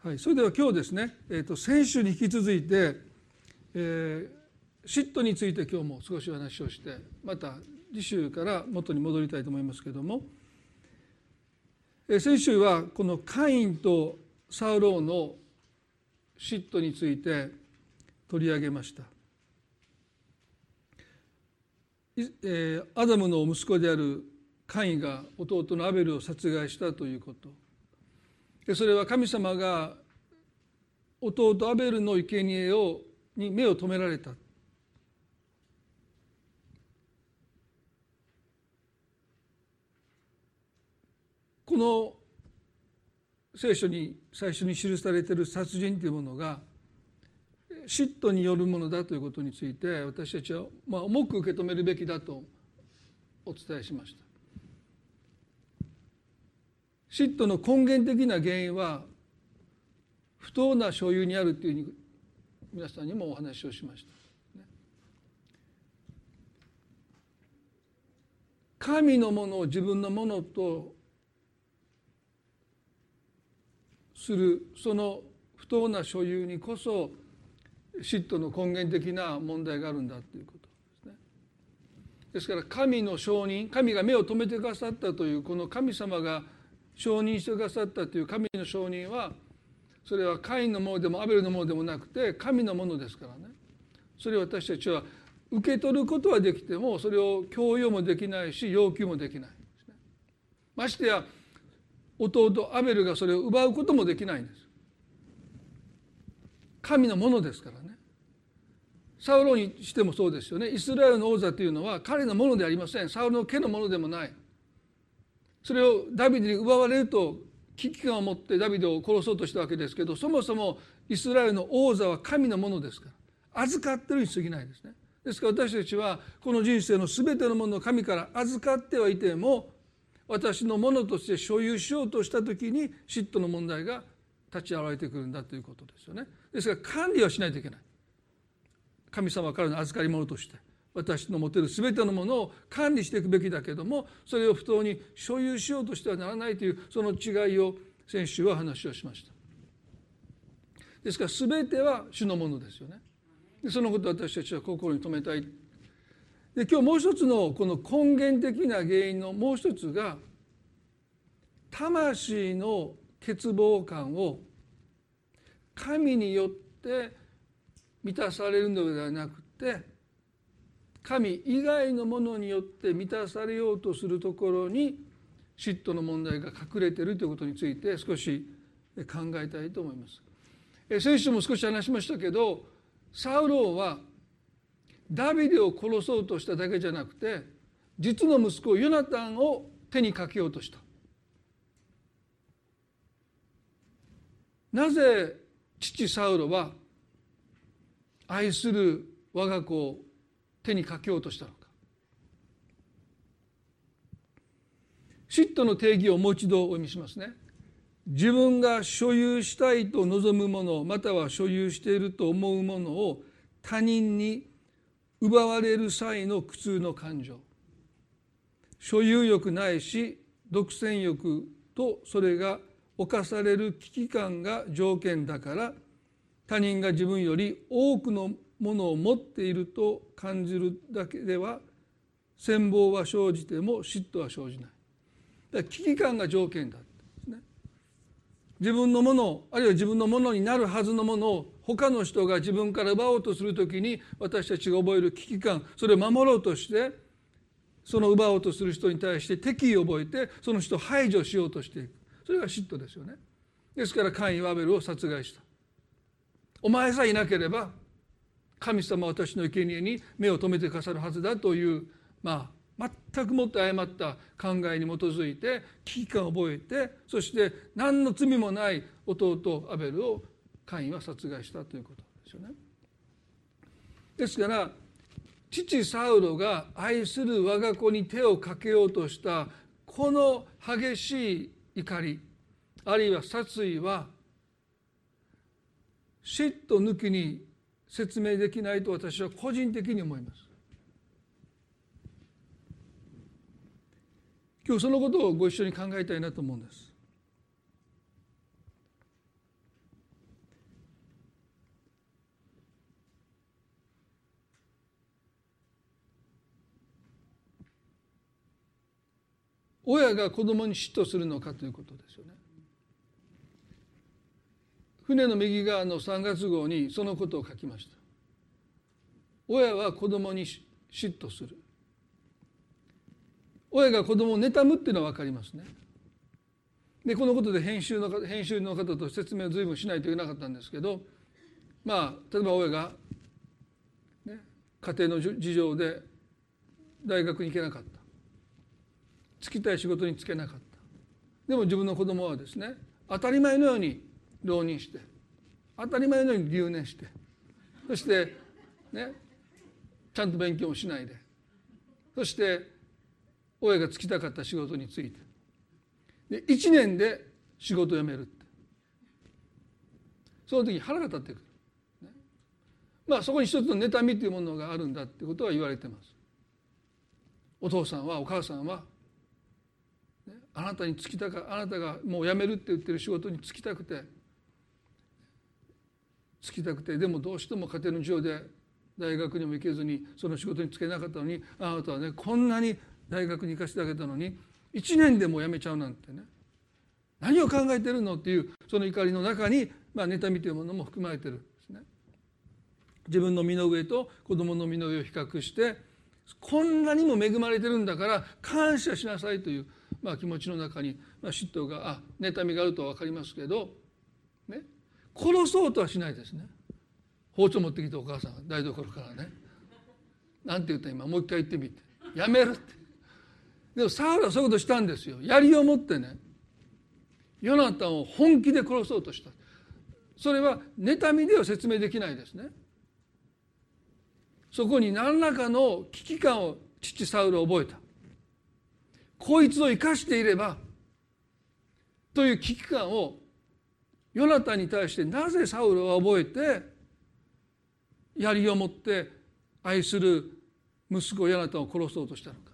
はい、それでは今日ですね、先週に引き続いて、嫉妬について今日も少しお話をして、また次週から元に戻りたいと思いますけれども、先週はこのカインとサウローの嫉妬について取り上げました。アダムの息子であるカインが弟のアベルを殺害したということ、それは神様が弟アベルの生贄に目を留められた。この聖書に最初に記されている殺人というものが嫉妬によるものだということについて、私たちは重く受け止めるべきだとお伝えしました。嫉妬の根源的な原因は不当な所有にあるというふうに皆さんにもお話をしました。神のものを自分のものとするその不当な所有にこそ嫉妬の根源的な問題があるんだということですね。ですから神の承認、神が目を留めてくださったというこの神様が承認してくださったという神の承認は、それはカインのものでもアベルのものでもなくて神のものですからね。それを私たちは受け取ることはできてもそれを強要もできないし要求もできないですね。ましてや弟アベルがそれを奪うこともできないんです。神のものですからね。サウロにしてもそうですよね。イスラエルの王座というのは彼のものではありません。サウロの家のものでもない。それをダビデに奪われると危機感を持ってダビデを殺そうとしたわけですけど、そもそもイスラエルの王座は神のものですから、預かってるに過ぎないですね。ですから私たちはこの人生の全てのものを神から預かってはいても、私のものとして所有しようとした時に嫉妬の問題が立ち現れてくるんだということですよね。ですから管理はしないといけない。神様からの預かり物として私の持てる全てのものを管理していくべきだけども、それを不当に所有しようとしてはならないというその違いを先週は話をしました。ですから全ては主のものですよね。でそのことを私たちは心に留めたい。で今日もう一つのこの根源的な原因のもう一つが、魂の欠乏感を神によって満たされるのではなくて神以外のものによって満たされようとするところに嫉妬の問題が隠れているということについて少し考えたいと思います。先週も少し話しましたけど、サウローはダビデを殺そうとしただけじゃなくて実の息子ヨナタンを手にかけようとした。なぜ父サウロは愛する我が子を手にかけようとしたのか。嫉妬の定義をもう一度お読みしますね。自分が所有したいと望むもの、または所有していると思うものを他人に奪われる際の苦痛の感情、所有欲ないし独占欲とそれが侵される危機感が条件だから、他人が自分より多くのものを持っていると感じるだけでは羨望は生じても嫉妬は生じない。だから危機感が条件だ、ね、自分のもの、あるいは自分のものになるはずのものを他の人が自分から奪おうとするときに私たちが覚える危機感、それを守ろうとしてその奪おうとする人に対して敵意を覚えてその人を排除しようとしていく。それが嫉妬ですよね。ですからカインはアベルを殺害した。お前さえいなければ神様は私の生贄に目を留めてくださるはずだという、全くもって誤った考えに基づいて危機感を覚えて、そして何の罪もない弟アベルをカインは殺害したということですよね。ですから父サウロが愛する我が子に手をかけようとしたこの激しい怒り、あるいは殺意は嫉妬抜きに説明できないと私は個人的に思います。今日そのことをご一緒に考えたいなと思うんです。 親が子供に嫉妬するのかということですよね。船の右側の3月号にそのことを書きました。親は子供に嫉妬する。親が子供を妬むっていうのは分かりますね。でこのことで編集の方と説明を随分しないといけなかったんですけど、例えば親が、家庭の事情で大学に行けなかった、就きたい仕事に就けなかった、でも自分の子供はですね、当たり前のように浪人して、当たり前のように留年して、そしてちゃんと勉強もしないで、そして親が就きたかった仕事に就いて、で1年で仕事を辞めるって、その時に腹が立ってくる、そこに一つの妬みというものがあるんだってことは言われています。お父さんはお母さんは、あなたがもう辞めるって言ってる仕事に就きたくてでもどうしても家庭の事情で大学にも行けずにその仕事に就けなかったのに、あなたはねこんなに大学に行かせてあげたのに1年でもう辞めちゃうなんてね、何を考えてるのっていうその怒りの中に、妬みというものも含まれてるんですね。自分の身の上と子供の身の上を比較して、こんなにも恵まれてるんだから感謝しなさいという、気持ちの中に、嫉妬が妬みがあるとは分かりますけど、殺そうとはしないですね。包丁持ってきてお母さんが台所からね、なんて言った今もう一回言ってみて、やめるって。でもサウルはそういうことしたんですよ。槍を持ってね、ヨナタンを本気で殺そうとした。それは妬みでは説明できないですね。そこに何らかの危機感を父サウルは覚えた。こいつを生かしていればという危機感をヨナタンに対してなぜサウルは覚えて、槍を持って愛する息子ヨナタンを殺そうとしたのか。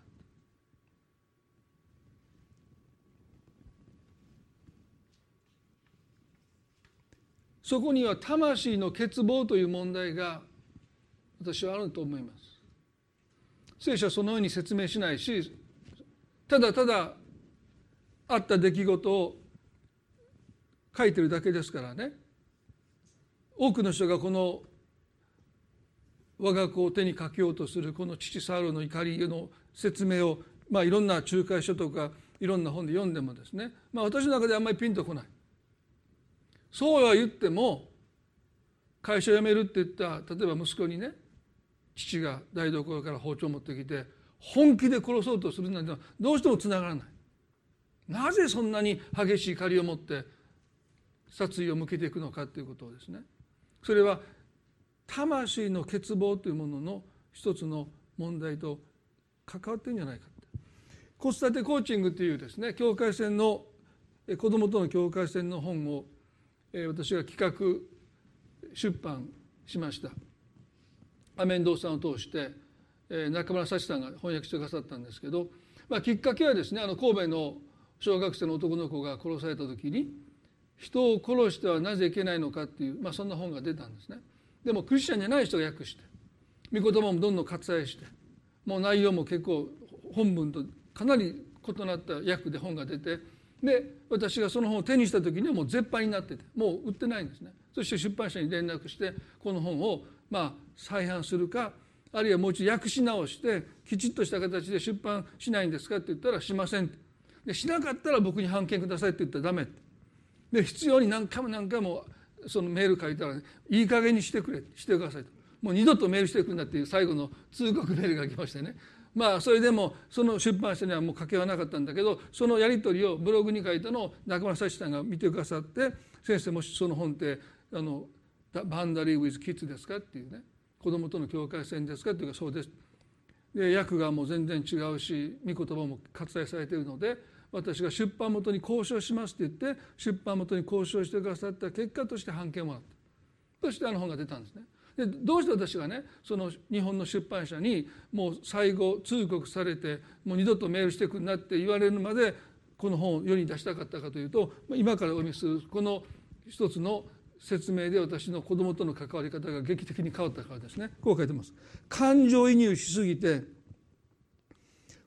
そこには魂の欠乏という問題が私はあると思います。聖書はそのように説明しないし、ただただあった出来事を書いてるだけですからね。多くの人がこの我が子を手にかけようとするこの父サウルの怒りの説明を、いろんな仲介書とかいろんな本で読んでもですね、私の中であんまりピンとこない。そうは言っても会社を辞めるって言った例えば息子にね、父が台所から包丁を持ってきて本気で殺そうとするなんてどうしてもつながらない。なぜそんなに激しい怒りを持って殺意を向けていくのかということをですね、それは魂の欠乏というものの一つの問題と関わってるんじゃないか。子育てコーチングというですね、境界線の子どもとの境界線の本を私が企画出版しました。アメンドーさんを通して中村幸さんが翻訳してくださったんですけど、きっかけはですね、神戸の小学生の男の子が殺された時に人を殺してはなぜいけないのかっていう、そんな本が出たんですね。でもクリスチャンじゃない人が訳して、御言葉もどんどん割愛して、もう内容も結構本文とかなり異なった訳で本が出て、で私がその本を手にした時にはもう絶版になってて、もう売ってないんですね。そして出版社に連絡してこの本を再版するか、あるいはもう一度訳し直してきちっとした形で出版しないんですかって言ったらしませんって。でしなかったら僕に版権くださいって言ったらダメって。で必要に何回もそのメール書いたら、いい加減にしてくださいと、もう二度とメールしてくるんだっていう最後の通告メールが来ましてね、それでもその出版社にはもう書けはなかったんだけど、そのやり取りをブログに書いたのを中村幸さんが見てくださって、先生もしその本ってバンダリー・ウィズ・キッズですかっていうね、子供との境界線ですかっていうか、そうです。で訳がもう全然違うし御言葉も割愛されているので、私が出版元に交渉しますって言って出版元に交渉してくださった結果として版権をもらった。そして本が出たんですね。でどうして私がね、その日本の出版社にもう最後通告されてもう二度とメールしてくんなって言われるまでこの本を世に出したかったかというと、今からお見せするこの一つの説明で私の子供との関わり方が劇的に変わったからですね。こう書いてます。感情移入しすぎて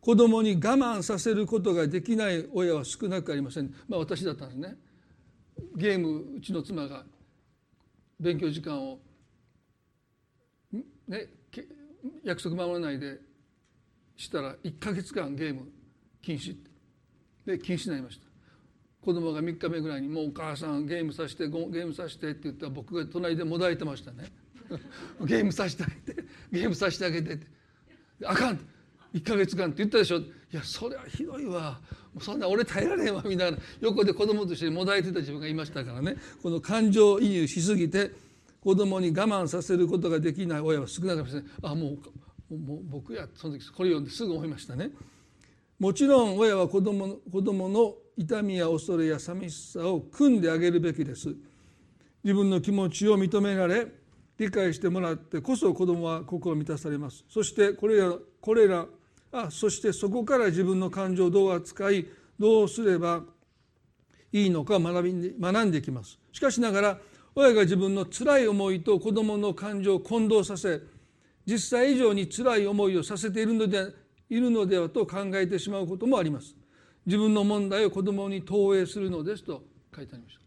子供に我慢させることができない親は少なくありません。私だったんですね。ゲーム、うちの妻が勉強時間をね、約束守らないでしたら1ヶ月間ゲーム禁止で禁止になりました。子供が3日目ぐらいにもうお母さんゲームさせてゲームさせてって言ったら僕が隣でもだえてましたねゲームさせてあげてゲームさせてあげてってあかん1ヶ月間って言ったでしょ。いやそれはひどいわ、そんな俺耐えられへんわみたいな横で子供としてもだえてた自分がいましたからね。この感情移入しすぎて子供に我慢させることができない親は少なかったですね。もう僕やその時これ読んですぐ思いましたね。もちろん親は子供の痛みや恐れや寂しさを汲んであげるべきです。自分の気持ちを認められ理解してもらってこそ子供は心満たされます。そしてそしてそこから自分の感情をどう扱いどうすればいいのか学んでいきます。しかしながら親が自分の辛い思いと子供の感情を混同させ実際以上に辛い思いをさせているのではと考えてしまうこともあります。自分の問題を子供に投影するのですと書いてありました。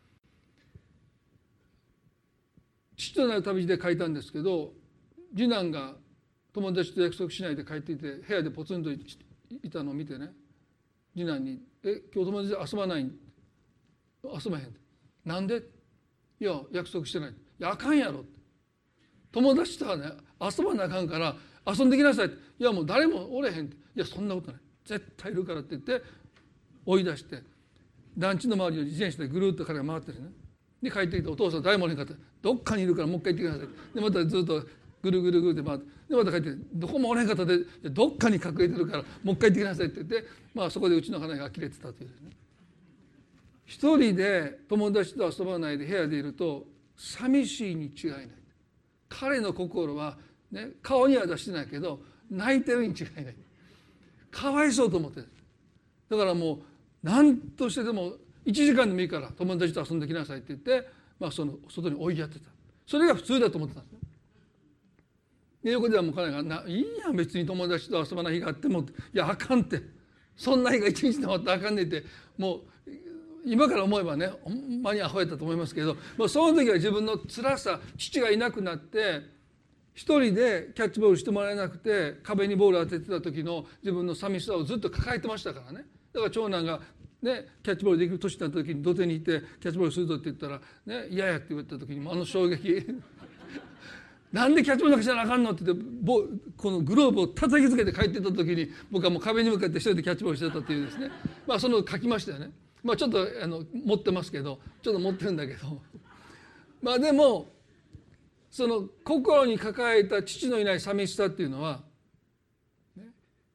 父となる旅で書いたんですけど、次男が友達と約束しないで帰っていて部屋でポツンといたのを見てね、次男に「今日友達で遊ばないん?」「遊ばへん」「なんで?」「いや約束してない」「いやあかんやろ」って「友達とはね遊ばなあかんから遊んできなさい」って「いやもう誰もおれへん」って「いやそんなことない絶対いるから」って言って追い出して団地の周りを自転車でぐるっと彼が回ってるね。で帰ってきてお父さん誰もおれへんかったどっかにいるからもう一回行ってください。でまたずっとぐるぐるぐるって回ってでまた帰ってどこもおれへんかったでどっかに隠れてるからもう一回行ってくださいって言って、そこでうちの家内が呆れてたというですね。一人で友達と遊ばないで部屋でいると寂しいに違いない。彼の心は、ね、顔には出してないけど泣いてるに違いない。かわいそうと思ってる。だからもう何としてでも1時間でもいいから友達と遊んできなさいって言って、その外に追いやってた。それが普通だと思ってたんですね。で横ではもう彼が「いいやん別に友達と遊ばない日があっても」いやあかんってそんな日が一日でもあったらあかんねんってもう今から思えばねほんまにアホやったと思いますけど、その時は自分の辛さ父がいなくなって一人でキャッチボールしてもらえなくて壁にボール当ててた時の自分の寂しさをずっと抱えてましたからね。だから長男がね、キャッチボールできる年になった時に土手に行ってキャッチボールするぞって言ったら、ね、嫌やって言われた時に衝撃なんでキャッチボールだけしなあかんのって言ってこのグローブを叩きつけて帰ってた時に僕はもう壁に向かって一人でキャッチボールしてたっていうですね、その書きましたよね。ちょっと持ってますけどちょっと持ってるんだけどでもその心に抱えた父のいない寂しさっていうのは、ね、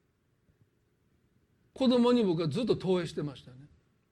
子供に僕はずっと投影してましたね。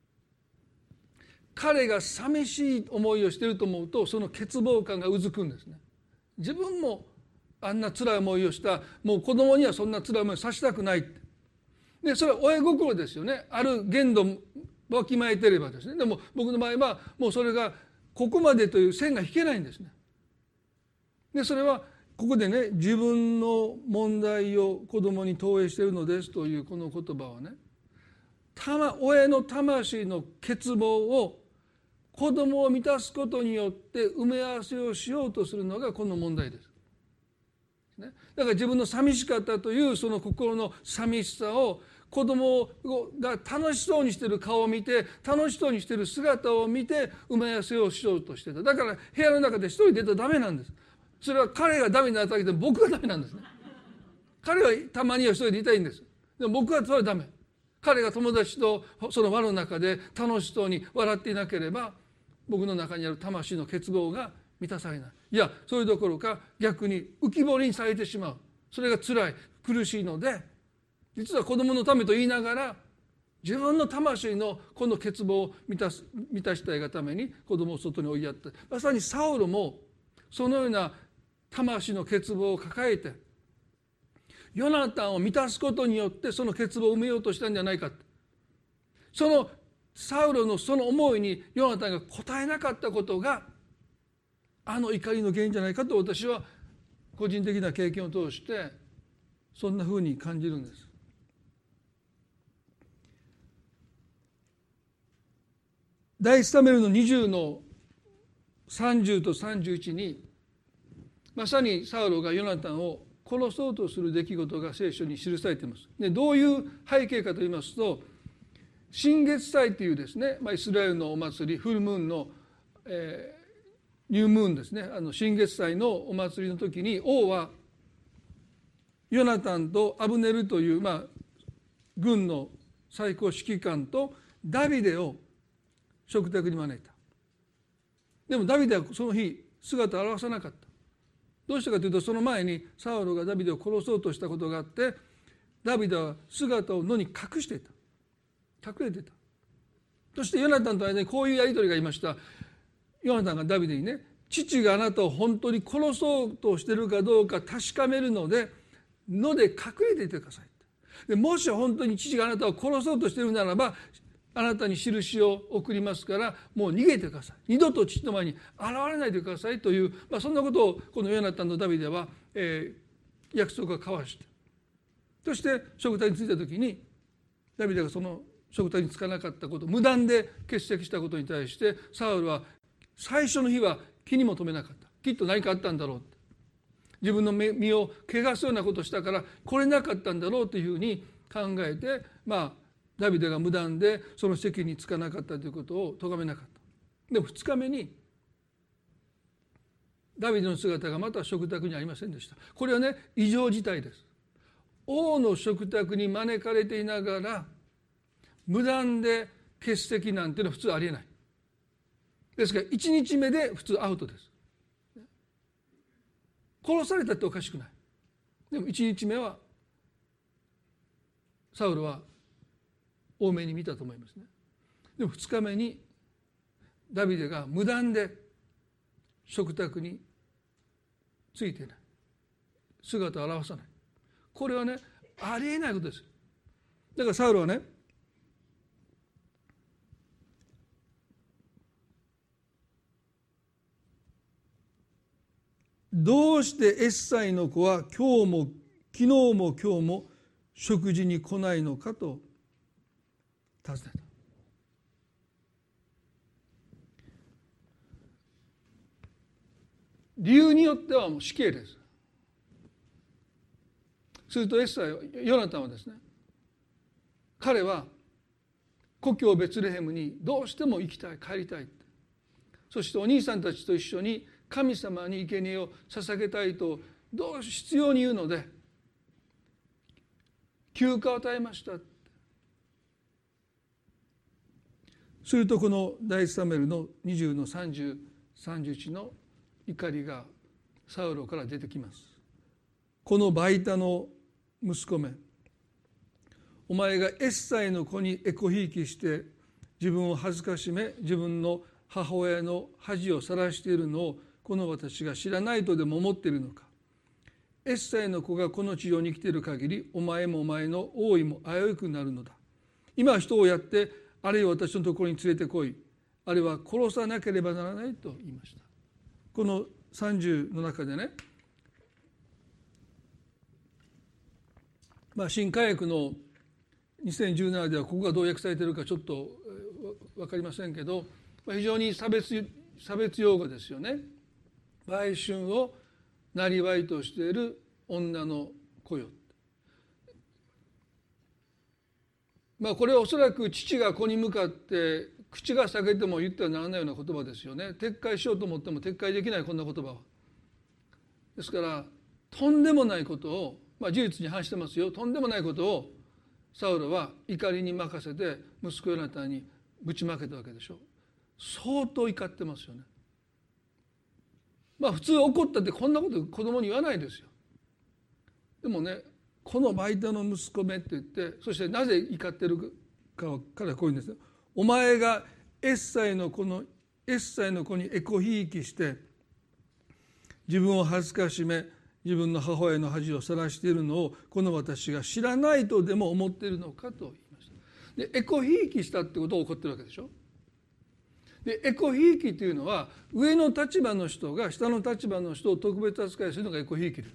彼が寂しい思いをしていると思うとその欠乏感がうずくんですね。自分もあんな辛い思いをしたもう子供にはそんな辛い思いをさせたくないってでそれは親心ですよね。ある限度わきまえてればですね。でも僕の場合はもうそれがここまでという線が引けないんですね。でそれはここでね自分の問題を子供に投影しているのですというこの言葉はね親の魂の欠乏を子供を満たすことによって埋め合わせをしようとするのがこの問題です。だから自分の寂しかったというその心の寂しさを子供が楽しそうにしている顔を見て楽しそうにしている姿を見て埋め合わせをしようとしてた。だから部屋の中で一人でいたらダメなんです。それは彼がダメになっただけで僕がダメなんですね。彼はたまには一人でいたいんです。でも僕はそれはダメ。彼が友達とその輪の中で楽しそうに笑っていなければ僕の中にある魂の欠乏が満たされない。いやそれどころか逆に浮き彫りにされてしまう。それが辛い苦しいので実は子供のためと言いながら自分の魂のこの欠乏を満たしたいがために子供を外に追いやった。まさにサウロもそのような魂の欠乏を抱えてヨナタンを満たすことによってその欠乏を埋めようとしたんじゃないか。そのサウロのその思いにヨナタンが応えなかったことが怒りの原因じゃないかと私は個人的な経験を通してそんなふうに感じるんです。 第一サムエルの20の30と31にまさにサウロがヨナタンを殺そうとする出来事が聖書に記されています。でどういう背景かといいますと、新月祭というですね、イスラエルのお祭り、フルムーンの、ニュームーンですね、新月祭のお祭りの時に王はヨナタンとアブネルという、軍の最高指揮官とダビデを食卓に招いた。でもダビデはその日姿を現さなかった。どうしたかというと、その前にサウロがダビデを殺そうとしたことがあって、ダビデは姿を野に隠していた、隠れていた。そしてヨナタンとの間にこういうやり取りがありました。ヨナタンがダビデにね、父があなたを本当に殺そうとしているかどうか確かめるので野で隠れていてください。でもし本当に父があなたを殺そうとしているならば、あなたに印を送りますからもう逃げてください。二度と父の前に現れないでくださいという、そんなことをこのヨナタンとダビデは、約束を交わして、そして食卓に着いた時にダビデがその食卓に着かなかったこと、無断で欠席したことに対してサウルは最初の日は気にも留めなかった。きっと何かあったんだろうって、自分の身を汚すようなことをしたから来れなかったんだろうというふうに考えて、ダビデが無断でその席に着かなかったということを咎めなかった。でも2日目にダビデの姿がまた食卓にありませんでした。これはね、異常事態です。王の食卓に招かれていながら無断で欠席なんていうのは普通ありえない。ですから1日目で普通アウトです。殺されたっておかしくない。でも1日目はサウルは多めに見たと思いますね。でも2日目にダビデが無断で食卓についていない、姿を現さない、これはね、ありえないことです。だからサウルはね、どうしてエッサイの子は今日も昨日も今日も食事に来ないのかと尋ねた。理由によってはもう死刑です。するとエッサイ、ヨナタンはですね、彼は故郷ベツレヘムにどうしても行きたい、帰りたいって、そしてお兄さんたちと一緒に神様に生贄を捧げたいと必要に言うので休暇を与えました。するとこの第一サムエルの20の30、31の怒りがサウロから出てきます。このバイタの息子め、お前がエッサイの子にエコひいきして自分を恥ずかしめ、自分の母親の恥をさらしているのをこの私が知らないとでも思っているのか。エッサイの子がこの地上に生きている限り、お前もお前の王位も危うくなるのだ。今人をやってあるいは私のところに連れてこい、あるいは殺さなければならないと言いました。この30の中でね、新科学の2017ではここがどう訳されているかちょっと分かりませんけど、非常に差別用語ですよね。売春をなりわいとしている女の子よ。これはおそらく父が子に向かって口が裂けても言ってはならないような言葉ですよね。撤回しようと思っても撤回できない、こんな言葉は。ですからとんでもないことを、事実に反してますよ、とんでもないことをサウルは怒りに任せて息子ヨナタンにぶちまけたわけでしょ。相当怒ってますよね。普通怒ったってこんなこと子供に言わないですよ。でもね、このバイタの息子めって言って、そしてなぜ怒ってるかからこういうんですよ。お前がエッサイの子にエコひいきして自分を恥ずかしめ、自分の母親の恥をさらしているのをこの私が知らないとでも思っているのかと言いました。でエコひいきしたってことが起こってるわけでしょ。でエコひいきというのは上の立場の人が下の立場の人を特別扱いするのがエコひいきです。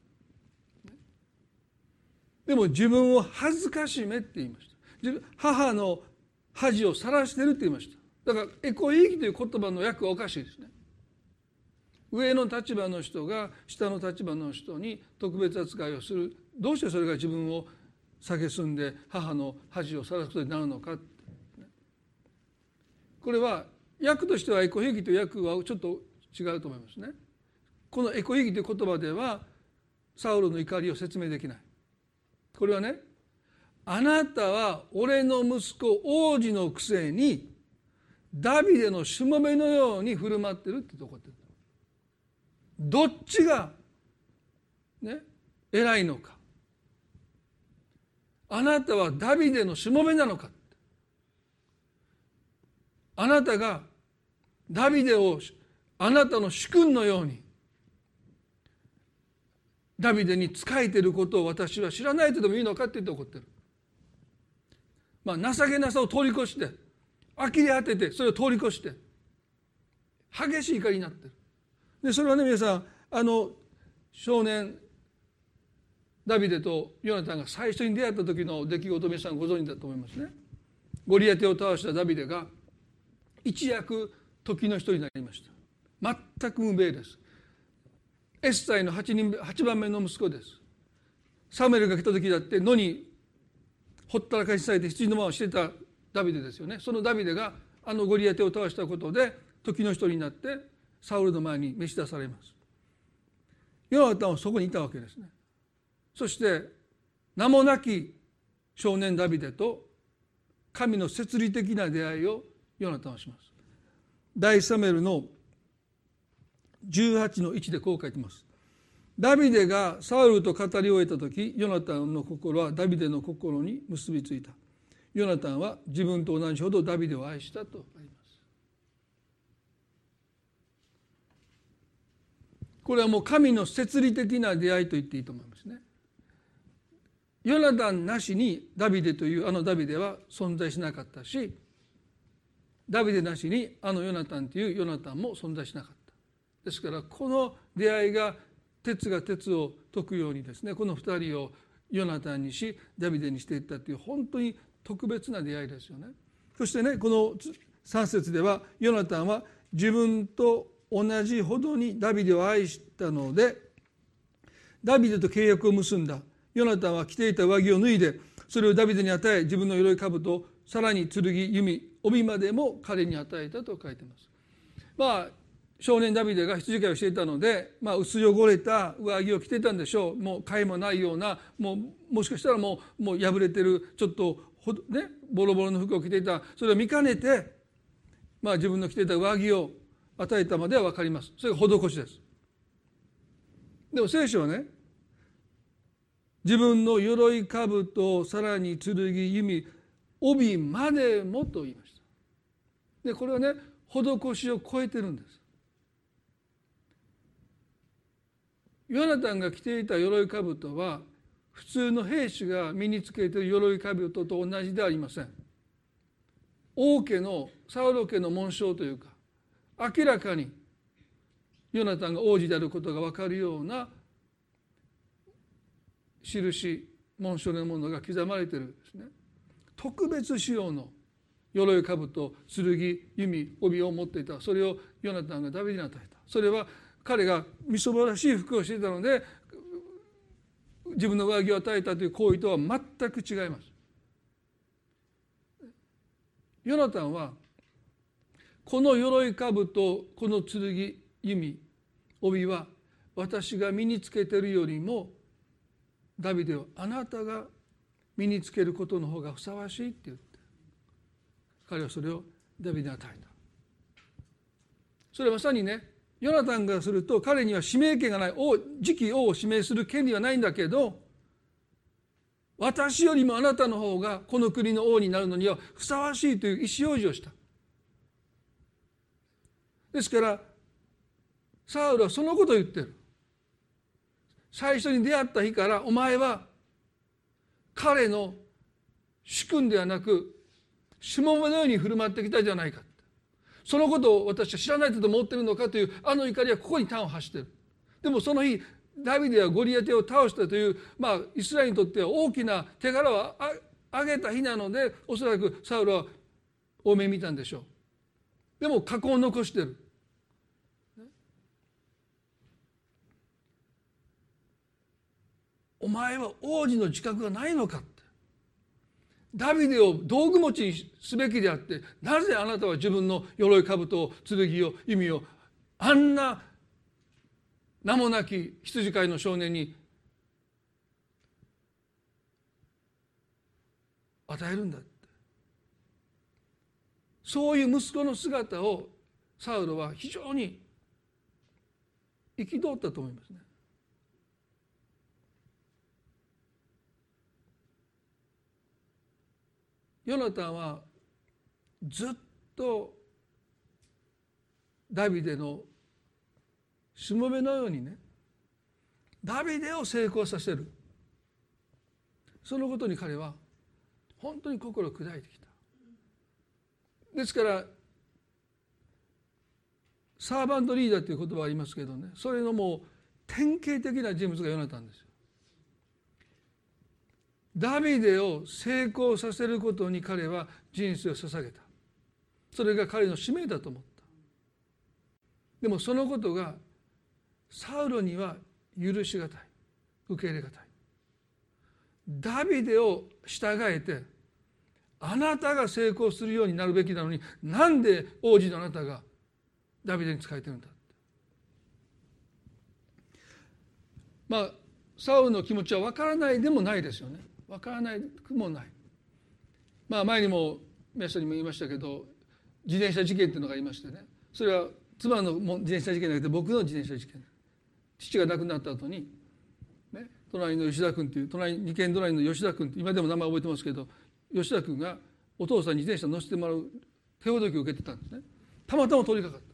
でも自分を恥ずかしめって言いました。母の恥をさらしているって言いました。 だからエコひいきという言葉の訳はおかしいですね。上の立場の人が下の立場の人に特別扱いをする。どうしてそれが自分を蔑んで母の恥をさらすことになるのか。これは訳としてはエコひいきという訳はちょっと違うと思いますね。このエコひいきという言葉ではサウロの怒りを説明できない。これはね、あなたは俺の息子王子のくせにダビデのしもべのように振る舞ってるってとこってる。どっちがね偉いのか。あなたはダビデのしもべなのか。あなたがダビデをあなたの主君のようにダビデに仕えていることを私は知らないとでもいいのかって言って怒ってる。情けなさを通り越して呆れ果ててそれを通り越して激しい怒りになってる。でそれはね、皆さん少年ダビデとヨナタンが最初に出会った時の出来事を皆さんご存知だと思いますね。ゴリアテを倒したダビデが一躍時の人になりました。全く無名です。エッサイの8番目の息子です。サムエルが来た時だって野にほったらかしされて羊の間をしてたダビデですよね。そのダビデがゴリアテを倒したことで時の人になってサウルの前に召し出されます。ヨナタンはそこにいたわけですね。そして名もなき少年ダビデと神の摂理的な出会いをヨナタンはします。第一サムエルの18の1でこう書いてます。ダビデがサウルと語り終えた時、ヨナタンの心はダビデの心に結びついた。ヨナタンは自分と同じほどダビデを愛したとあります。これはもう神の摂理的な出会いと言っていいと思いますね。ヨナタンなしにダビデというダビデは存在しなかったし、ダビデなしにヨナタンというヨナタンも存在しなかった。ですからこの出会いが鉄が鉄を解くようにですね、この2人をヨナタンにしダビデにしていったという本当に特別な出会いですよね。そしてね、この3節ではヨナタンは自分と同じほどにダビデを愛したのでダビデと契約を結んだ。ヨナタンは着ていた上着を脱いでそれをダビデに与え、自分の鎧兜、さらに剣、弓、帯までも彼に与えたと書いてます。少年ダビデが羊飼いをしていたので、薄汚れた上着を着ていたんでしょう。もう甲斐もないような、もしかしたらもう破れてるちょっとねボロボロの服を着ていた。それを見かねて、自分の着ていた上着を与えたまでは分かります。それが施しです。でも聖書はね、自分の鎧兜、さらに剣、弓、帯までもと言いました。でこれはね、施しを超えてるんです。ヨナタンが着ていた鎧兜は普通の兵士が身につけている鎧兜と同じではありません。王家のサウロ家の紋章というか、明らかにヨナタンが王子であることが分かるような印、紋章のものが刻まれているんですね。特別仕様の鎧兜、剣、弓、帯を持っていた。それをヨナタンがダビデに与えた。それは彼がみそぼらしい服をしていたので自分の上着を与えたという行為とは全く違います。ヨナタンはこの鎧兜、この剣、弓、帯は私が身につけているよりもダビデをあなたが身につけることの方がふさわしいって言って、彼はそれをダビデに与えた。それはまさにね、ヨナタンがすると彼には指名権がない。次期王を指名する権利はないんだけど、私よりもあなたの方がこの国の王になるのにはふさわしいという意思表示をした。ですからサウルはそのことを言ってる。最初に出会った日からお前は彼の主君ではなくしもべのように振る舞ってきたじゃないか。そのことを私は知らないと思っているのかという怒りはここに端を発している。でもその日ダビデはゴリアテを倒したという、イスラエルにとっては大きな手柄を挙げた日なので、おそらくサウルは大目見たんでしょう。 でも過去を残してる。お前は王子の自覚がないのかって。ダビデを道具持ちにすべきであって、なぜあなたは自分の鎧兜を剣を弓をあんな名もなき羊飼いの少年に与えるんだって。そういう息子の姿をサウロは非常に憤ったと思いますね。ヨナタンはずっとダビデのしもべのようにね、ダビデを成功させる、そのことに彼は本当に心を砕いてきた。ですからサーバントリーダーという言葉がありますけどね、それのもう典型的な人物がヨナタンですよ。ダビデを成功させることに彼は人生を捧げた。それが彼の使命だと思った。でもそのことがサウロには許しがたい、受け入れがたい。ダビデを従えてあなたが成功するようになるべきなのに、なんで王子のあなたがダビデに仕えてるんだって。まあサウルの気持ちは分からないでもないですよね。分からないくもない。まあ前にも皆さんにも言いましたけど、自転車事件っていうのがありましてね、それは妻の自転車事件じゃなくて僕の自転車事件。父が亡くなった後に、ね、隣の吉田君という2軒隣の吉田君って今でも名前覚えてますけど、吉田君がお父さんに自転車乗せてもらう手ほどきを受けてたんですね。たまたま通りかかった。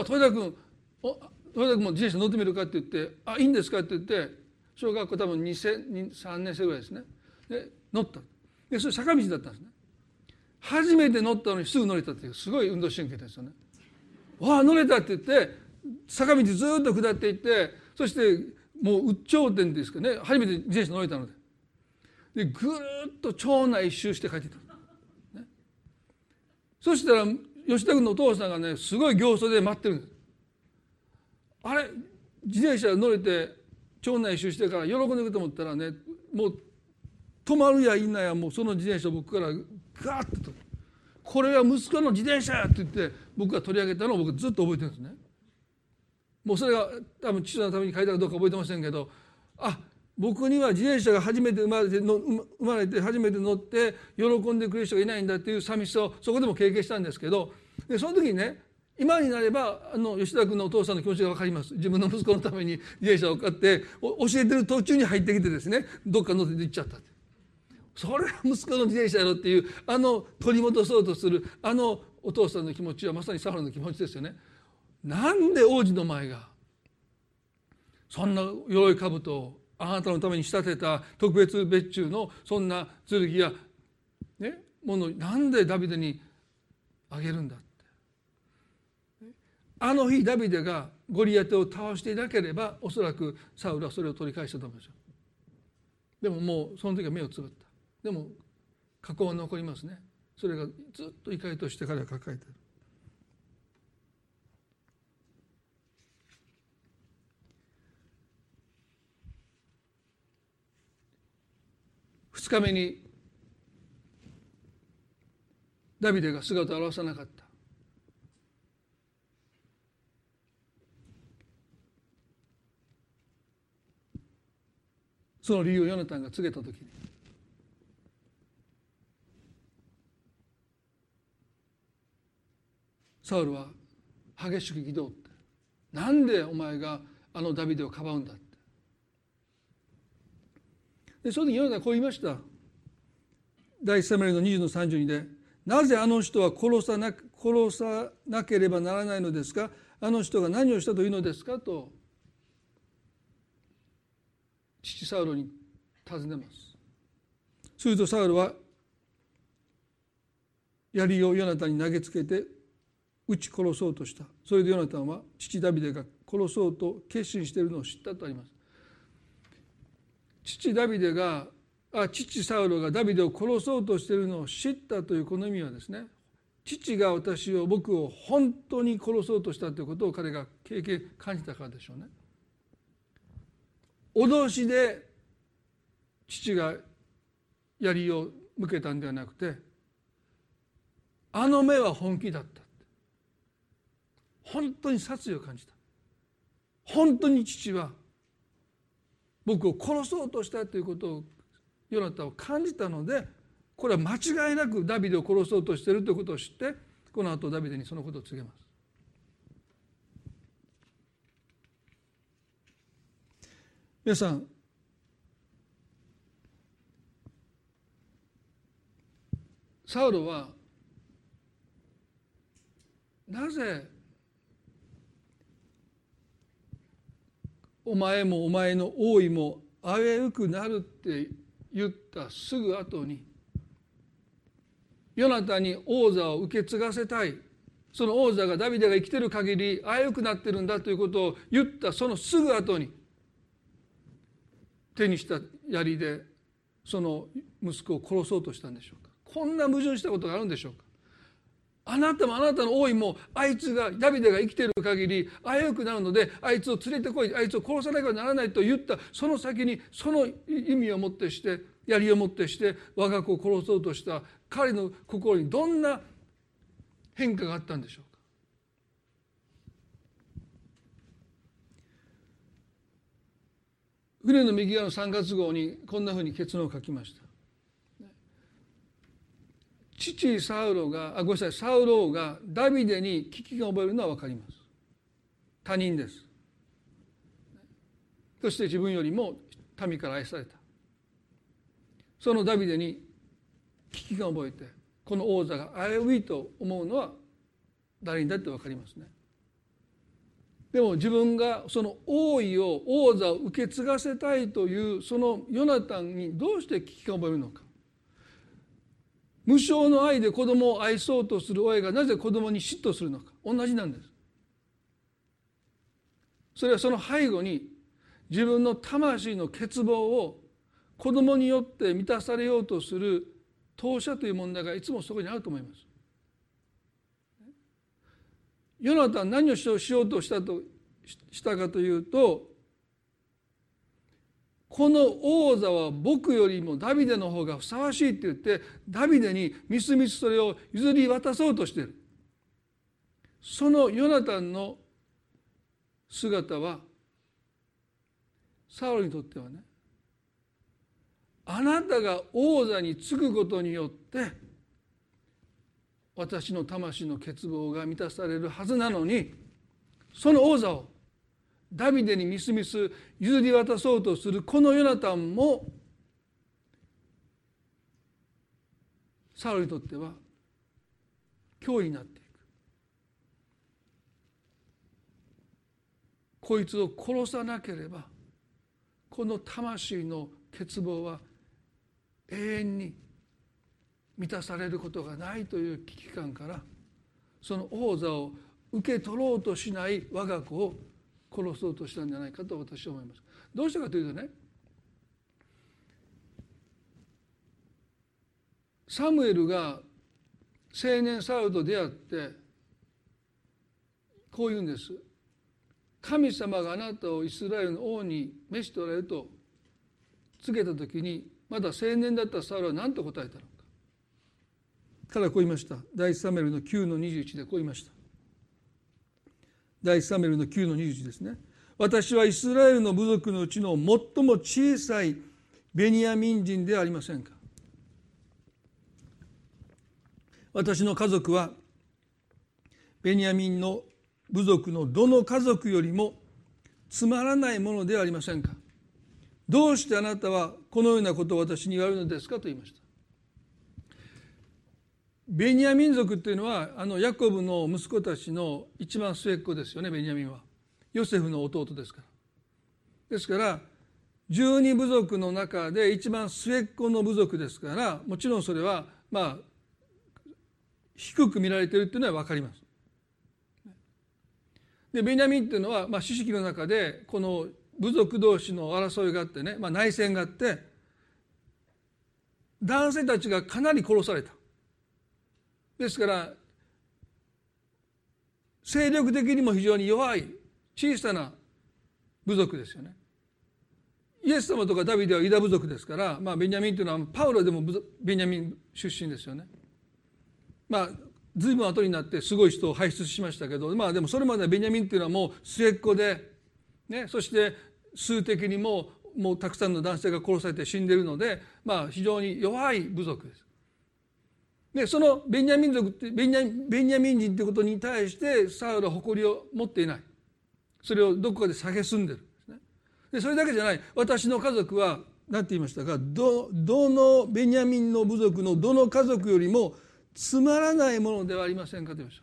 豊田君も自転車乗ってみるかって言って、いいんですかって言って、小学校多分3年生ぐらいですね。で乗った。でそれ坂道だったんですね。初めて乗ったのにすぐ乗れたっていうすごい運動神経ですよね。わあ乗れたって言って坂道ずっと下っていって、そしてもう頂点ですかね、初めて自転車乗れたので、ぐーっと町内一周して帰ってきた、ね、そしたら吉田君のお父さんがねすごい形相で待ってるんです。あれ自転車乗れて町内一周してから喜んでいくと思ったらね、もう止まるやいなやもうその自転車を僕からガーッと、これは息子の自転車やって言って僕が取り上げたのを僕ずっと覚えてるんですね。もうそれが多分父のために書いたかどうか覚えてませんけど、僕には自転車が初めて生まれて初めて乗って喜んでくれる人がいないんだっていう寂しさをそこでも経験したんですけど、でその時にね、今になれば吉田君のお父さんの気持ちが分かります。自分の息子のために自転車を買って教えてる途中に入ってきてですね、どっか乗せて行っちゃったって、それは息子の自転車やろっていう取り戻そうとするお父さんの気持ちはまさにサウルの気持ちですよね。なんで王子の前がそんな鎧兜をあなたのために仕立てた特別別注のそんな剣や、ね、ものなんでダビデにあげるんだって。あの日ダビデがゴリアテを倒していなければおそらくサウルはそれを取り返したと思いますよ。でももうその時は目をつぶった。でも過去は残りますね。それがずっと怒りとして彼は抱えている。2日目にダビデが姿を現さなかった。その理由をヨナタンが告げたときに、サウルは激しく憤って、なんでお前がダビデをかばうんだって。でその時ヨナタンはこう言いました。第1サムエルの20の32で、なぜあの人は殺さなければならないのですか、あの人が何をしたというのですかと父サウルに尋ねます。するとサウルは槍をヨナタンに投げつけて撃ち殺そうとした。それでヨナタンは父ダビデが殺そうと決心しているのを知ったとあります。父サウルがダビデを殺そうとしているのを知ったというこの意味はですね、 父が僕を本当に殺そうとしたということを彼が感じたからでしょうね。脅しで父が槍を向けたんではなくて、あの目は本気だった。本当に殺意を感じた。本当に父は僕を殺そうとしたということをヨナタンを感じたので、これは間違いなくダビデを殺そうとしているということを知って、この後ダビデにそのことを告げます。皆さん、サウロはなぜお前もお前の王位も危うくなるって言ったすぐ後に、ヨナタンに王座を受け継がせたい、その王座がダビデが生きている限り危うくなってるんだということを言ったそのすぐ後に、手にした槍でその息子を殺そうとしたんでしょうか。こんな矛盾したことがあるんでしょうか。あなたもあなたの王位もダビデが生きている限り危うくなるので、あいつを連れてこい、あいつを殺さなければならないと言ったその先に、その意味をもってして槍をもってして我が子を殺そうとした彼の心にどんな変化があったんでしょうか。船の右側の3月号にこんなふうに結論を書きました。父サウロ王がダビデに危機が覚えるのは分かります。他人です。そして自分よりも民から愛された。そのダビデに危機が覚えて、この王座が危ういと思うのは誰にだって分かりますね。でも自分がその王座を受け継がせたいというそのヨナタンにどうして危機が覚えるのか。無償の愛で子供を愛そうとする親がなぜ子供に嫉妬するのか、同じなんです。それはその背後に自分の魂の欠乏を子供によって満たされようとする投射という問題がいつもそこにあると思います。ヨナタン何をしようとしたかというと、この王座は僕よりもダビデの方がふさわしいって言ってダビデにみすみすそれを譲り渡そうとしている。そのヨナタンの姿はサウルにとってはね、あなたが王座に就くことによって私の魂の欠乏が満たされるはずなのに、その王座をダビデにみすみす譲り渡そうとするこのヨナタンもサウルにとっては脅威になっていく。こいつを殺さなければこの魂の欠乏は永遠に満たされることがないという危機感から、その王座を受け取ろうとしない我が子を殺そうとしたんじゃないかと私は思います。どうしたかというとね、サムエルが青年サウルと出会ってこう言うんです。神様があなたをイスラエルの王に召しておられると告げた時に、まだ青年だったサウルは何と答えたのか。彼はこう言いました。第一サムエルの 9-21 でこう言いました。第一サムエルの 9-21 ですね。私はイスラエルの部族のうちの最も小さいベニヤミン人ではありませんか。私の家族はベニヤミンの部族のどの家族よりもつまらないものではありませんか。どうしてあなたはこのようなことを私に言われるのですかと言いました。ベニヤミン族っていうのはヤコブの息子たちの一番末っ子ですよね。ベニヤミンはヨセフの弟ですから。ですから12部族の中で一番末っ子の部族ですから、もちろんそれは低く見られているっていうのは分かります。でベニヤミンっていうのは四式の中でこの部族同士の争いがあってね、内戦があって男性たちがかなり殺された。ですから勢力的にも非常に弱い小さな部族ですよね。イエス様とかダビデはユダ部族ですから、ベニヤミンというのはパウロでもベニヤミン出身ですよね。随分後になってすごい人を輩出しましたけど、でもそれまではベニヤミンというのはもう末っ子で、そして数的にもうたくさんの男性が殺されて死んでいるので、非常に弱い部族です。でそのベニヤミン人ということに対してサウルは誇りを持っていない。それをどこかで蔑んでるんですね。でそれだけじゃない。私の家族は何て言いましたか、どのベニヤミンの部族のどの家族よりもつまらないものではありませんかと言いました。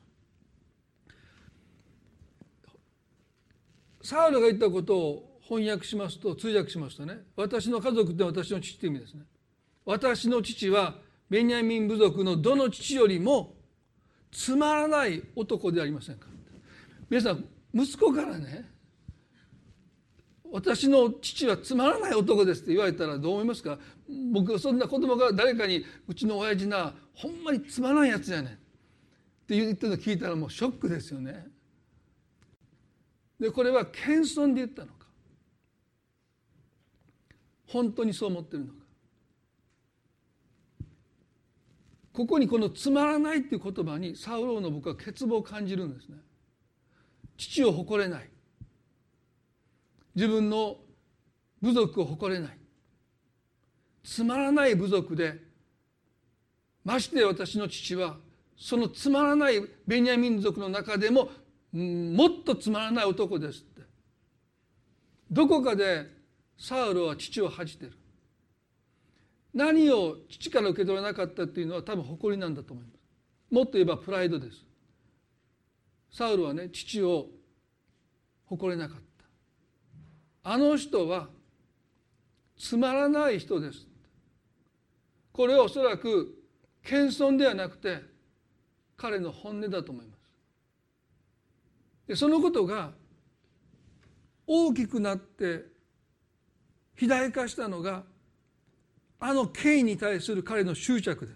サウルが言ったことを翻訳しますと、通訳しますとね、私の家族って私の父という意味ですね。私の父はベニヤミン部族のどの父よりもつまらない男ではありませんか。皆さん、息子からね、私の父はつまらない男ですって言われたらどう思いますか。僕そんな子供が誰かにうちの親父なほんまにつまらんやつやねんって言ってるの聞いたらもうショックですよね。でこれは謙遜で言ったのか、本当にそう思ってるのか。ここにこのつまらないっていう言葉にサウローの僕は欠乏を感じるんですね。父を誇れない、自分の部族を誇れない、つまらない部族で、まして私の父はそのつまらないベニヤミン族の中でももっとつまらない男ですって。どこかでサウルは父を恥じてる。何を父から受け取れなかったっていうのは多分誇りなんだと思います。もっと言えばプライドです。サウルはね、父を誇れなかった。あの人はつまらない人です。これはおそらく謙遜ではなくて彼の本音だと思います。でそのことが大きくなって肥大化したのがあの権威に対する彼の執着です。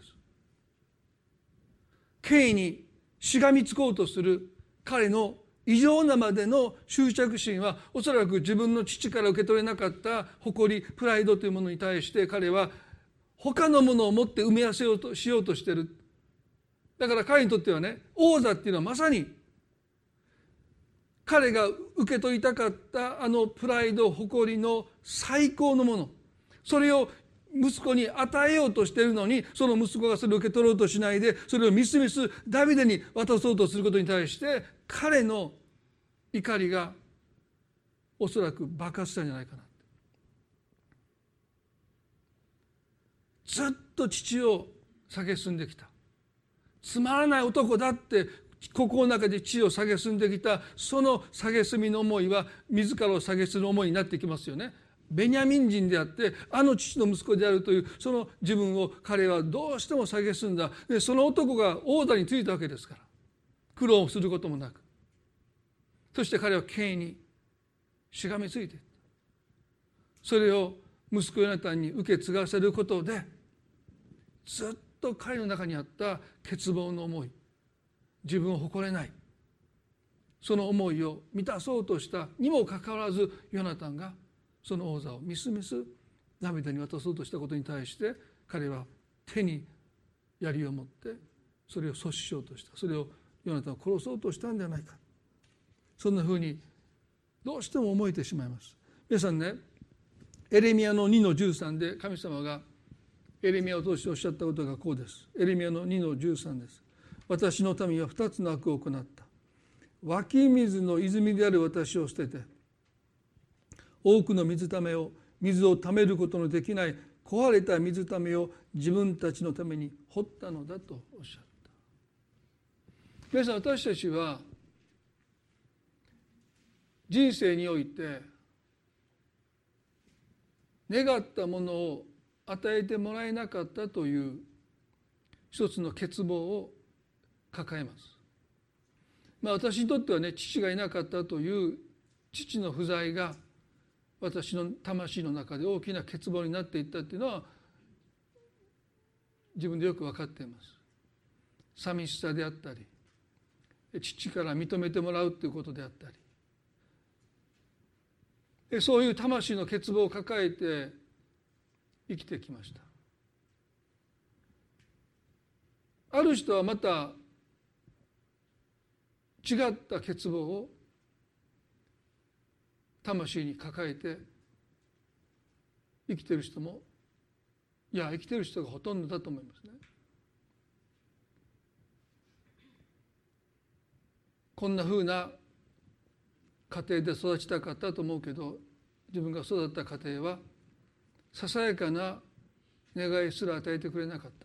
権威にしがみつこうとする彼の異常なまでの執着心は、おそらく自分の父から受け取れなかった誇り、プライドというものに対して彼は他のものを持って埋め合わせようとしようとしている。だから彼にとってはね、王座っていうのはまさに彼が受け取りたかったあのプライド、誇りの最高のもの、それを息子に与えようとしているのに、その息子がそれを受け取ろうとしないで、それをみすみすダビデに渡そうとすることに対して彼の怒りがおそらく爆発したんじゃないかな。ずっと父を蔑んできた、つまらない男だって心の中で父を蔑んできた、その蔑みの思いは自らを蔑る思いになってきますよね。ベニヤミン人であってあの父の息子であるというその自分を彼はどうしても蔑んだ。でその男が王座についたわけですから、苦労することもなく、そして彼は権威にしがみついていった。それを息子ヨナタンに受け継がせることで、ずっと彼の中にあった欠乏の思い、自分を誇れない、その思いを満たそうとしたにもかかわらず、ヨナタンがその王座をみすみすダビデに渡そうとしたことに対して、彼は手に槍を持ってそれを阻止しようとした。それをヨナタンを殺そうとしたんではないか、そんなふうにどうしても思えてしまいます。皆さんね、エレミヤの2の13で神様がエレミヤを通しておっしゃったことがこうです。エレミヤの2の13です。私の民は2つの悪を行った。湧き水の泉である私を捨てて、多くの水をためることのできない壊れた水ためを自分たちのために掘ったのだとおっしゃった。皆さん、私たちは人生において願ったものを与えてもらえなかったという一つの欠乏を抱えます。私にとってはね、父がいなかったという父の不在が私の魂の中で大きな欠乏になっていったというのは自分でよく分かっています。寂しさであったり、 父から認めてもらうということであったり、そういう魂の欠乏を抱えて生きてきました。ある人はまた違った欠乏を魂に抱えて生きている人も、いや生きている人がほとんどだと思いますね。こんなふうな家庭で育ちたかったと思うけど、自分が育った家庭はささやかな願いすら与えてくれなかった。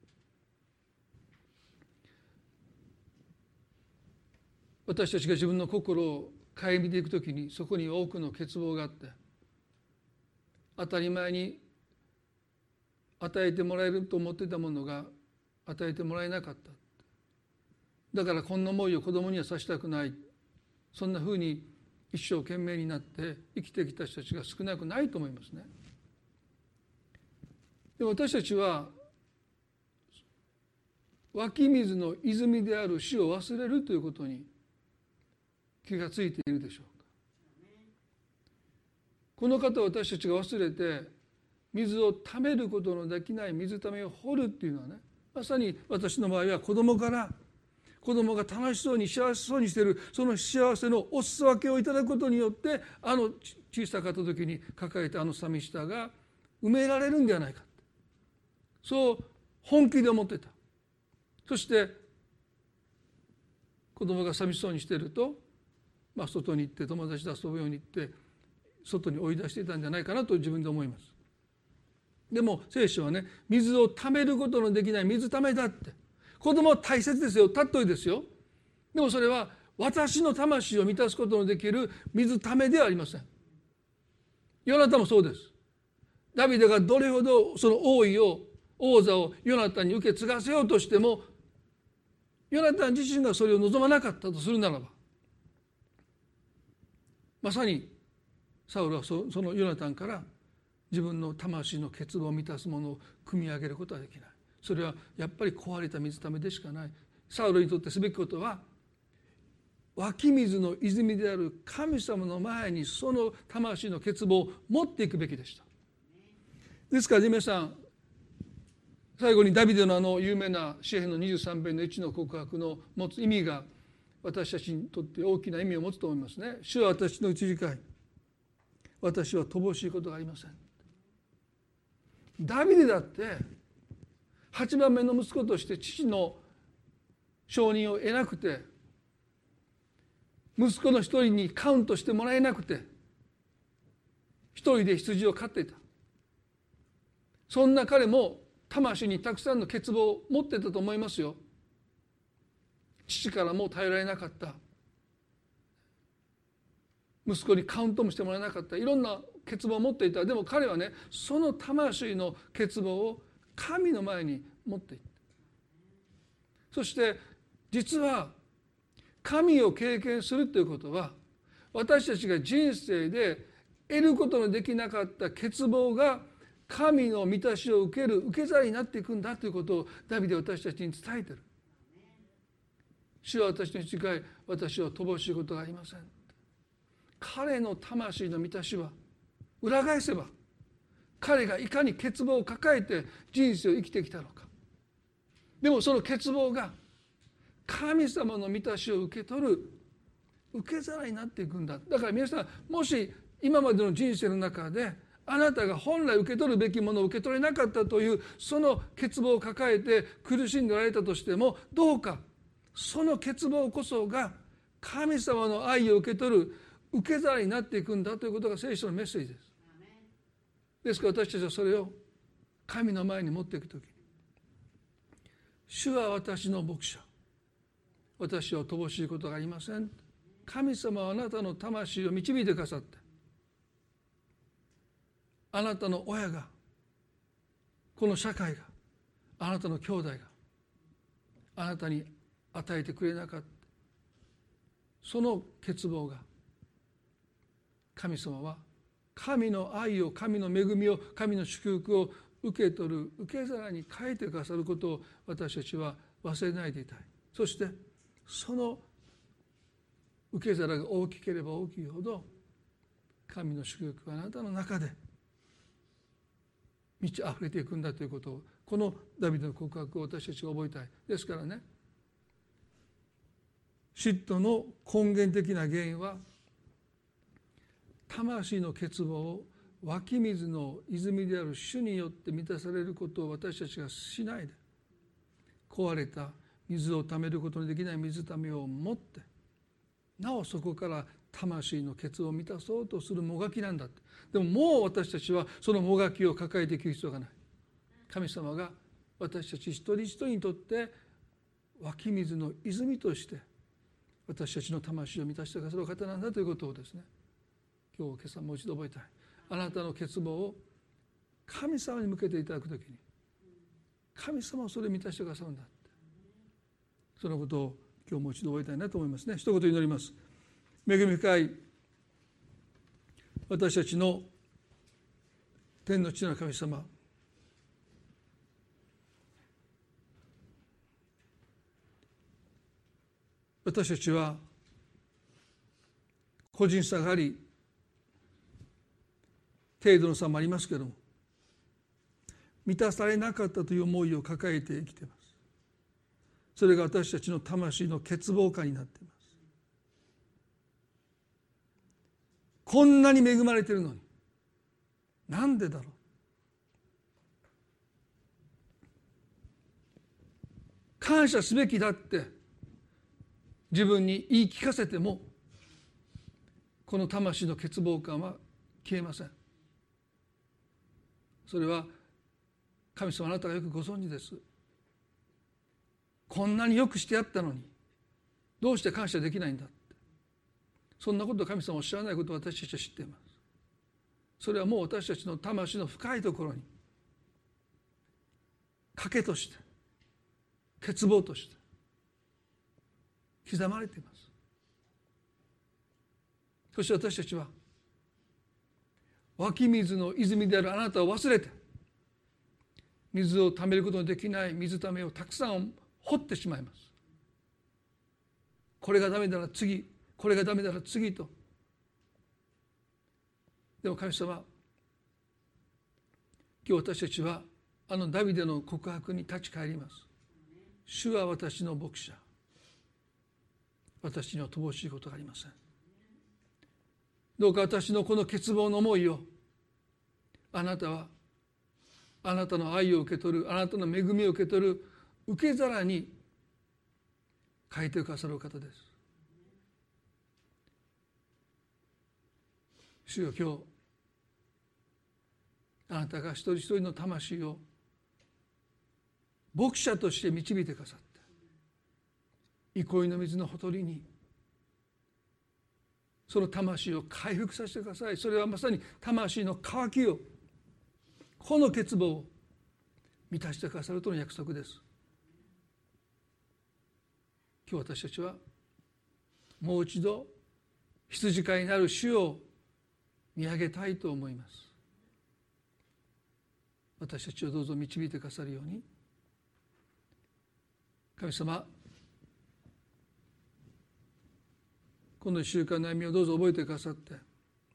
私たちが自分の心を顧みていくときに、そこに多くの欠乏があって、当たり前に与えてもらえると思っていたものが与えてもらえなかった。だからこんな思いを子供にはさせたくない、そんなふうに一生懸命になって生きてきた人たちが少なくないと思いますね。で私たちは湧き水の泉である死を忘れるということに気がついているでしょうか。この方を私たちが忘れて水をためることのできない水ためを掘るっていうのはね、まさに私の場合は子供が楽しそうに幸せそうにしているその幸せのお裾分けをいただくことによって、あの小さかった時に抱えたあの寂しさが埋められるんではないか、そう本気で思ってた。そして子供が寂しそうにしていると、外に行って友達と遊ぶように行って外に追い出していたんじゃないかなと自分で思います。でも聖書はね、水をためることのできない水ためだって。子供は大切ですよ、尊いですよ。でもそれは私の魂を満たすことのできる水ためではありません。ヨナタンもそうです。ダビデがどれほどその王座をヨナタンに受け継がせようとしても、ヨナタン自身がそれを望まなかったとするならば、まさにサウルはそのヨナタンから自分の魂の欠乏を満たすものを汲み上げることはできない。それはやっぱり壊れた水ためでしかない。サウルにとってすべきことは、湧き水の泉である神様の前にその魂の欠乏を持っていくべきでした。ですから皆さん、最後にダビデの有名な詩編の23編の1の告白の持つ意味が私たちにとって大きな意味を持つと思いますね。主は私の羊飼い、私は乏しいことがありません。ダビデだって8番目の息子として父の承認を得なくて、息子の一人にカウントしてもらえなくて、一人で羊を飼っていた。そんな彼も魂にたくさんの欠乏を持っていたと思いますよ。父からも頼られなかった、息子にカウントもしてもらえなかった、いろんな欠乏を持っていた。でも彼はね、その魂の欠乏を神の前に持っていった。そして実は神を経験するということは、私たちが人生で得ることのできなかった欠乏が神の満たしを受ける受け皿になっていくんだということをダビデは私たちに伝えている。主は私の羊飼い、私は乏しいことがありません。彼の魂の満たしは、裏返せば彼がいかに欠乏を抱えて人生を生きてきたのか。でもその欠乏が神様の満たしを受け取る受け皿になっていくんだ。だから皆さん、もし今までの人生の中であなたが本来受け取るべきものを受け取れなかったというその欠乏を抱えて苦しんでおられたとしても、どうかその欠乏こそが神様の愛を受け取る受け皿になっていくんだということが聖書のメッセージです。ですから私たちはそれを神の前に持っていくときに、主は私の牧者、私は乏しいことがありません。神様はあなたの魂を導いてくださって、あなたの親が、この社会が、あなたの兄弟があなたに与えてくれなかった、その欠乏が神様は神の愛を、神の恵みを、神の祝福を受け取る受け皿に変えてくださることを私たちは忘れないでいたい。そしてその受け皿が大きければ大きいほど神の祝福はあなたの中で満ち溢れていくんだということを、このダビデの告白を私たちが覚えたい。ですからね、嫉妬の根源的な原因は魂の欠乏を湧き水の泉である主によって満たされることを私たちがしないで、壊れた水をためることのできない水ためを持って、なおそこから魂の欠乏を満たそうとするもがきなんだって。でももう私たちはそのもがきを抱えていく必要がない。神様が私たち一人一人にとって湧き水の泉として私たちの魂を満たしてくださる方なんだということをですね、今朝もう一度覚えたい。あなたの欠乏を神様に向けていただくときに、神様はそれを満たしてくださるんだって、そのことを今日もう一度覚えたいなと思いますね。一言祈ります。恵み深い私たちの天の父なる神様、私たちは個人差があり、程度の差もありますけれども、満たされなかったという思いを抱えて生きています。それが私たちの魂の欠乏感になっています。こんなに恵まれているのになんでだろう。感謝すべきだって自分に言い聞かせても、この魂の欠乏感は消えません。それは神様、あなたがよくご存知です。こんなによくしてやったのにどうして感謝できないんだって、そんなことを神様は知らないことを私たちは知っています。それはもう私たちの魂の深いところに賭けとして欠乏として刻まれています。そして私たちは湧き水の泉であるあなたを忘れて、水をためることのできない水ためをたくさん掘ってしまいます。これがダメなら次、これがダメなら次と。でも神様、今日私たちはあのダビデの告白に立ち返ります。主は私の牧者、私には乏しいことがありません。どうか私のこの欠乏の思いを、あなたはあなたの愛を受け取る、あなたの恵みを受け取る受け皿に変えてくださる方です。主よ、今日あなたが一人一人の魂を牧者として導いてくださった。憩いの水のほとりにその魂を回復させてください。それはまさに魂の渇きを、この欠乏を満たしてくださるとの約束です。今日私たちはもう一度羊飼いになる主を見上げたいと思います。私たちをどうぞ導いてくださるように。神様、この1週間の歩みをどうぞ覚えてくださって、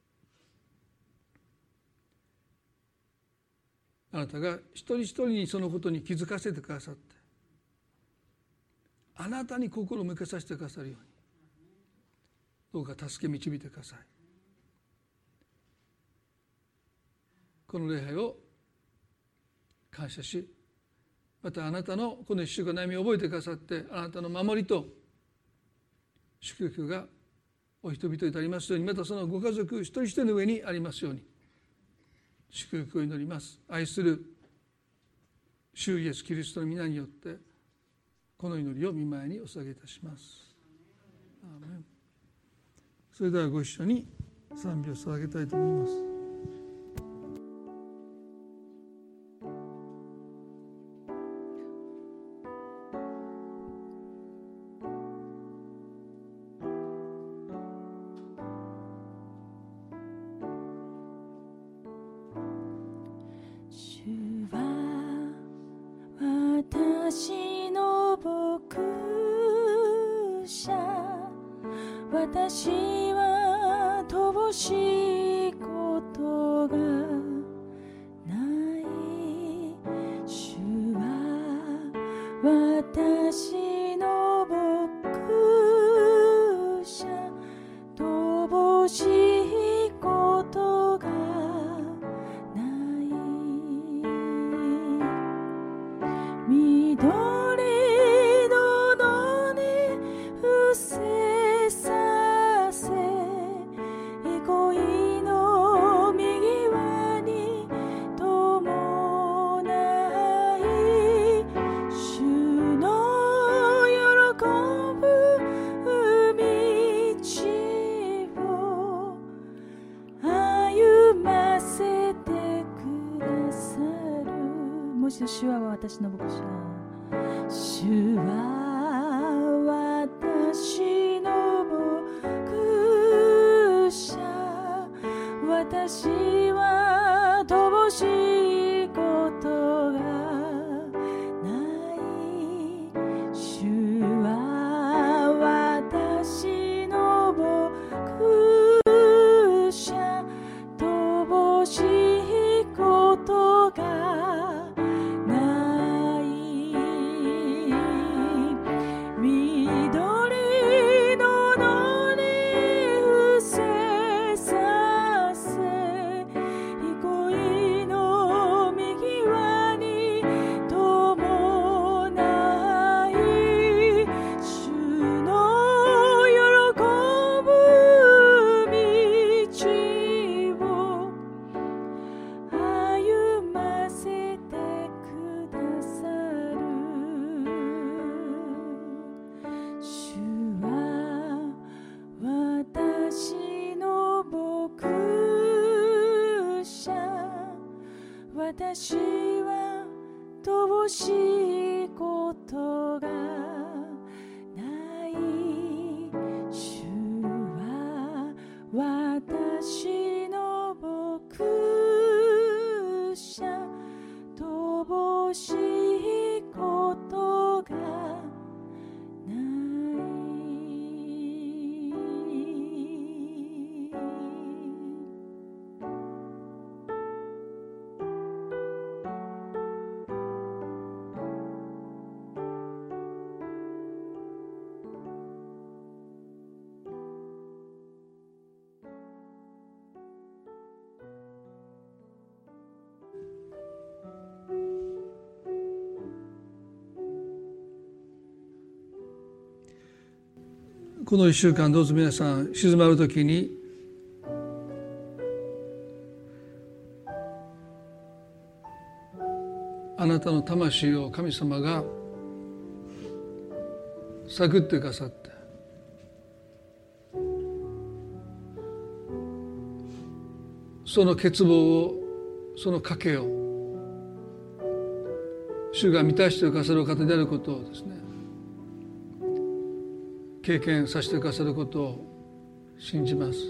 あなたが一人一人にそのことに気づかせてくださって、あなたに心を向けさせてくださるように、どうか助け導いてください。この礼拝を感謝し、またあなたのこの1週間の歩みを覚えてくださって、あなたの守りと祝福がお人々にありますように、またそのご家族一人一人の上にありますように、祝福を祈ります。愛する主イエスキリストの皆によってこの祈りを御前にお捧げいたします。アーメン。それではご一緒に賛美を捧げたいと思います。 私の牧者、 私は乏しいことがない。主は私の牧者、乏しいことがない。緑の野に伏せさせ、憩いの右側に伴い、主の喜ぶ道を歩ませてくださる。もう一度、主は私の牧者、主は私の牧者、私は乏しいことがない。主は私の牧者、乏しいことがない。緑の野に伏せさせ、憩いの右側に伴い、主の喜ぶ道を歩ませてくださる。主は私の牧者、私は乏しいことがない。主は私の牧者、乏しいことがない。 この1週間どうぞ皆さん静まるときにあなたの魂を神様が探ってくださって、その欠乏を、その賭けを主が満たしてくださる方であることをですね、経験させてくださることを信じます。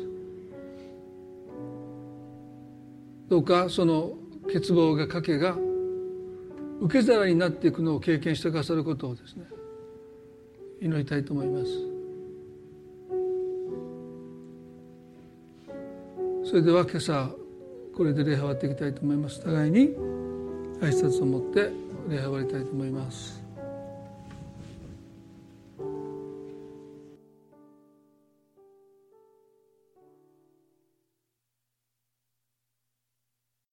どうかその欠乏が賭けが受け皿になっていくのを経験してくださることをですね、祈りたいと思います。それでは今朝これで礼拝を終わっていきたいと思います。互いに挨拶を持って礼拝を終わりたいと思います。